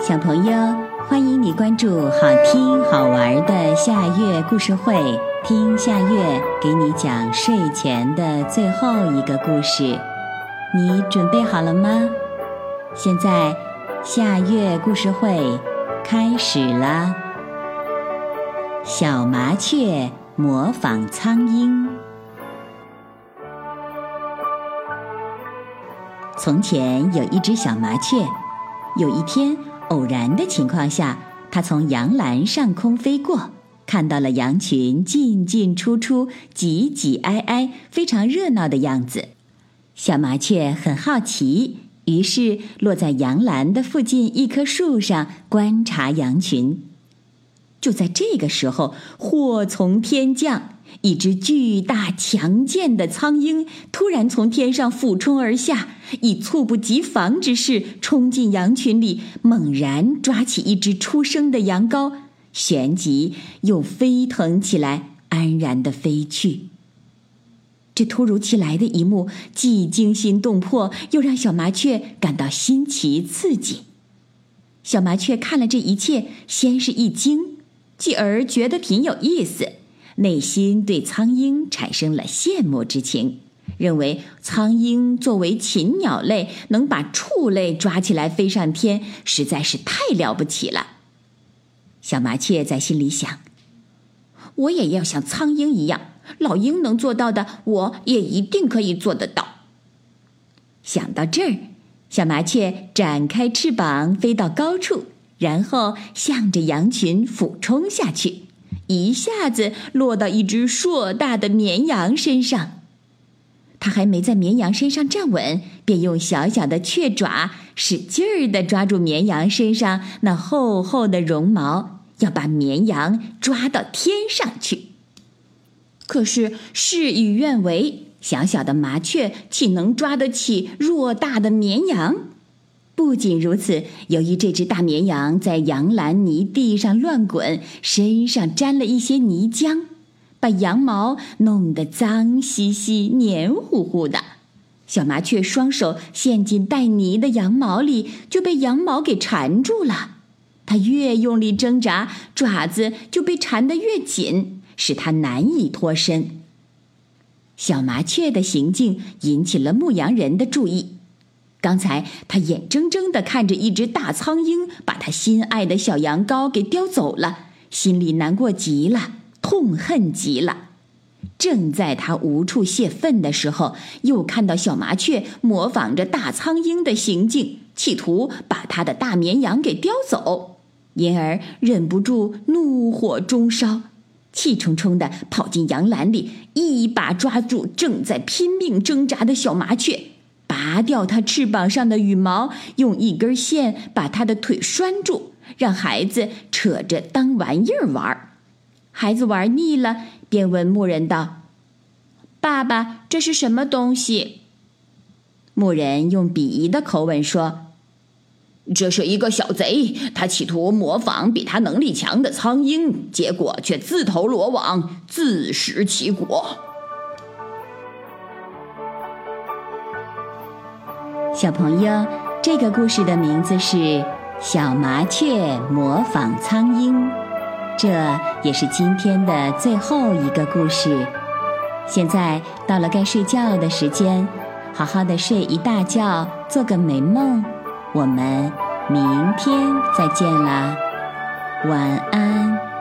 小朋友，欢迎你关注好听好玩的夏月故事会，听夏月给你讲睡前的最后一个故事。你准备好了吗？现在夏月故事会开始了。小麻雀模仿苍鹰。从前有一只小麻雀，有一天偶然的情况下，它从羊栏上空飞过，看到了羊群进进出出，挤挤挨挨，非常热闹的样子。小麻雀很好奇，于是落在羊栏的附近一棵树上观察羊群。就在这个时候，祸从天降，一只巨大强健的苍鹰突然从天上俯冲而下，以猝不及防之势冲进羊群里，猛然抓起一只出生的羊羔，旋即又飞腾起来，安然地飞去。这突如其来的一幕既惊心动魄，又让小麻雀感到新奇刺激。小麻雀看了这一切，先是一惊，继而觉得挺有意思，内心对苍鹰产生了羡慕之情，认为苍鹰作为禽鸟类，能把畜类抓起来飞上天，实在是太了不起了。小麻雀在心里想，我也要像苍鹰一样，老鹰能做到的，我也一定可以做得到。想到这儿，小麻雀展开翅膀飞到高处，然后向着羊群俯冲下去，一下子落到一只硕大的绵羊身上。它还没在绵羊身上站稳，便用小小的雀爪使劲儿地抓住绵羊身上那厚厚的绒毛，要把绵羊抓到天上去。可是事与愿违，小小的麻雀岂能抓得起偌大的绵羊？不仅如此，由于这只大绵羊在羊栏泥地上乱滚，身上沾了一些泥浆，把羊毛弄得脏兮兮、黏糊糊的。小麻雀双手陷进带泥的羊毛里，就被羊毛给缠住了。它越用力挣扎，爪子就被缠得越紧，使它难以脱身。小麻雀的行径引起了牧羊人的注意。刚才他眼睁睁地看着一只大苍鹰把他心爱的小羊羔给叼走了，心里难过极了，痛恨极了。正在他无处泄愤的时候，又看到小麻雀模仿着大苍鹰的行径，企图把他的大绵羊给叼走，因而忍不住怒火中烧，气冲冲地跑进羊栏里，一把抓住正在拼命挣扎的小麻雀，拔掉它翅膀上的羽毛，用一根线把它的腿拴住，让孩子扯着当玩意儿玩。孩子玩腻了，便问牧人道：爸爸，这是什么东西？牧人用鄙夷的口吻说：这是一个小贼，他企图模仿比他能力强的苍鹰，结果却自投罗网，自食其果。小朋友，这个故事的名字是《小麻雀模仿苍鹰》，这也是今天的最后一个故事。现在到了该睡觉的时间，好好的睡一大觉，做个美梦。我们明天再见啦，晚安。